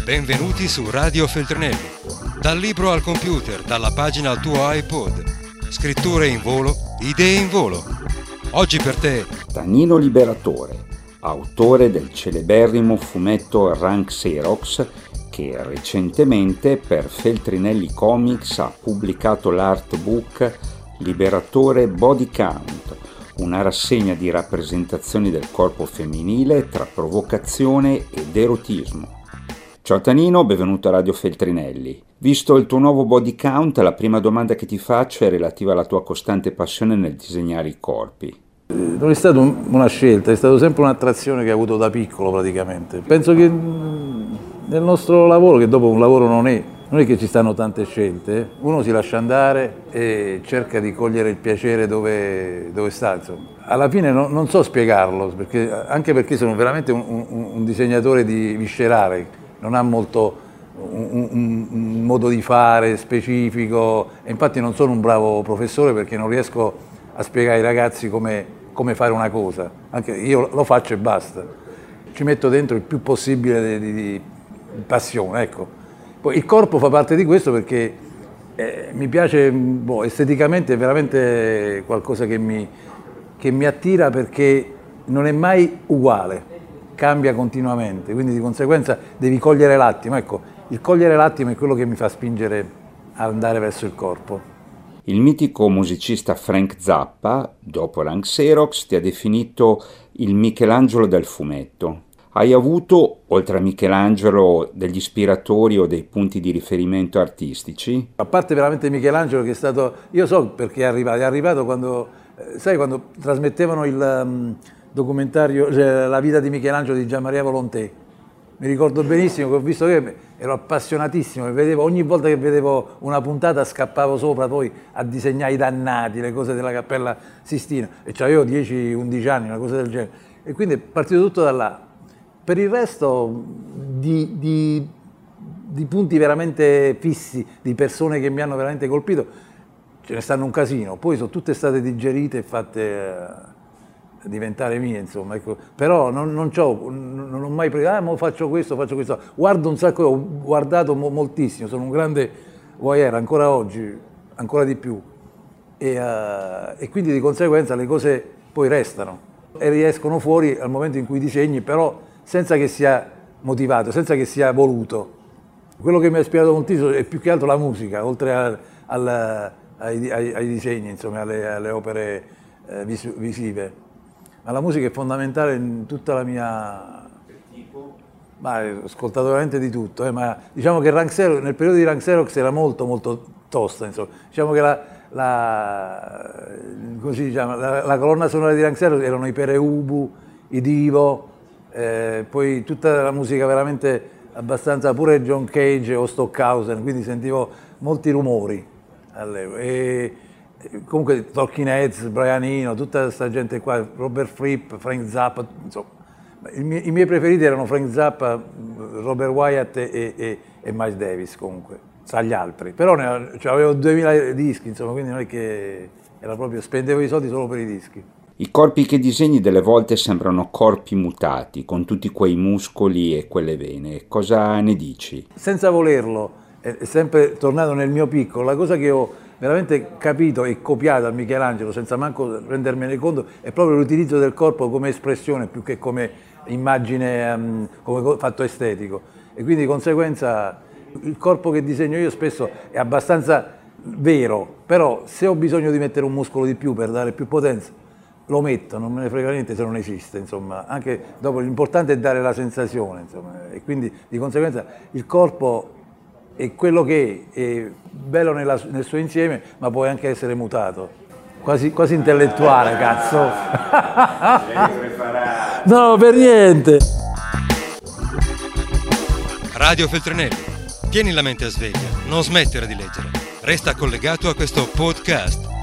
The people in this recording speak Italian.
Benvenuti su Radio Feltrinelli. Dal libro al computer, dalla pagina al tuo iPod. Scritture in volo, idee in volo. Oggi per te Tanino Liberatore, autore del celeberrimo fumetto Rank Xerox, che recentemente per Feltrinelli Comics ha pubblicato l'artbook Liberatore Body Count, una rassegna di rappresentazioni del corpo femminile tra provocazione ed erotismo. Ciao Tanino, benvenuto a Radio Feltrinelli. Visto il tuo nuovo body count, la prima domanda che ti faccio è relativa alla tua costante passione nel disegnare i corpi. Non è stata una scelta, è stata sempre un'attrazione che ho avuto da piccolo praticamente. Penso che nel nostro lavoro, che dopo un lavoro non è che ci stanno tante scelte, uno si lascia andare e cerca di cogliere il piacere dove sta, insomma. Alla fine non so spiegarlo, anche perché sono veramente un disegnatore viscerale, non ha molto un modo di fare specifico, e infatti non sono un bravo professore perché non riesco a spiegare ai ragazzi come fare una cosa, anche io lo faccio e basta, ci metto dentro il più possibile di passione, ecco. Poi il corpo fa parte di questo perché mi piace, esteticamente è veramente qualcosa che mi attira, perché non è mai uguale, cambia continuamente, quindi di conseguenza devi cogliere l'attimo. Ecco, il cogliere l'attimo è quello che mi fa spingere ad andare verso il corpo. Il mitico musicista Frank Zappa, dopo Rank Xerox, ti ha definito il Michelangelo del fumetto. Hai avuto, oltre a Michelangelo, degli ispiratori o dei punti di riferimento artistici? A parte veramente Michelangelo, che è stato, io so perché è arrivato quando, sai, quando trasmettevano il documentario, cioè, La vita di Michelangelo di Gian Maria Volonté. Mi ricordo benissimo che ho visto, che ero appassionatissimo, ogni volta che vedevo una puntata scappavo sopra poi a disegnare i dannati, le cose della Cappella Sistina, e avevo 10-11 anni, una cosa del genere, e quindi è partito tutto da là. Per il resto di punti veramente fissi, di persone che mi hanno veramente colpito, ce ne stanno un casino, poi sono tutte state digerite e fatte diventare mie, insomma, ecco. Però non ho mai preso, faccio questo, guardo un sacco, ho guardato moltissimo, sono un grande voyeur ancora oggi, ancora di più, e quindi di conseguenza le cose poi restano e riescono fuori al momento in cui disegni, però senza che sia motivato, senza che sia voluto. Quello che mi ha ispirato moltissimo è più che altro la musica, oltre ai disegni, insomma, alle opere visive. Ma la musica è fondamentale in tutta la mia... Ma ho ascoltato veramente di tutto, ma diciamo che nel periodo di Rank Xerox era molto molto tosta, insomma. Diciamo che la colonna sonora di Rank Xerox erano i Pere Ubu, i Divo, poi tutta la musica veramente abbastanza, pure John Cage o Stockhausen, quindi sentivo molti rumori all'epoca. E comunque Talking Heads, Brian Eno, tutta questa gente qua, Robert Fripp, Frank Zappa, insomma. I miei preferiti erano Frank Zappa, Robert Wyatt e Miles Davis, comunque, tra gli altri. Però avevo 2000 dischi, insomma, quindi non è che era proprio, spendevo i soldi solo per i dischi. I corpi che disegni delle volte sembrano corpi mutati, con tutti quei muscoli e quelle vene. Cosa ne dici? Senza volerlo, è sempre tornato nel mio piccolo. La cosa che ho veramente capito e copiato a Michelangelo, senza manco rendermene conto, è proprio l'utilizzo del corpo come espressione più che come immagine, come fatto estetico. E quindi di conseguenza il corpo che disegno io spesso è abbastanza vero, però se ho bisogno di mettere un muscolo di più per dare più potenza, lo metto, non me ne frega niente se non esiste, insomma. Anche dopo l'importante è dare la sensazione, insomma, e quindi di conseguenza il corpo è quello che è bello nel suo insieme, ma può anche essere mutato. Quasi intellettuale, cazzo. No, per niente. Radio Feltrinelli. Tieni la mente a sveglia, non smettere di leggere. Resta collegato a questo podcast.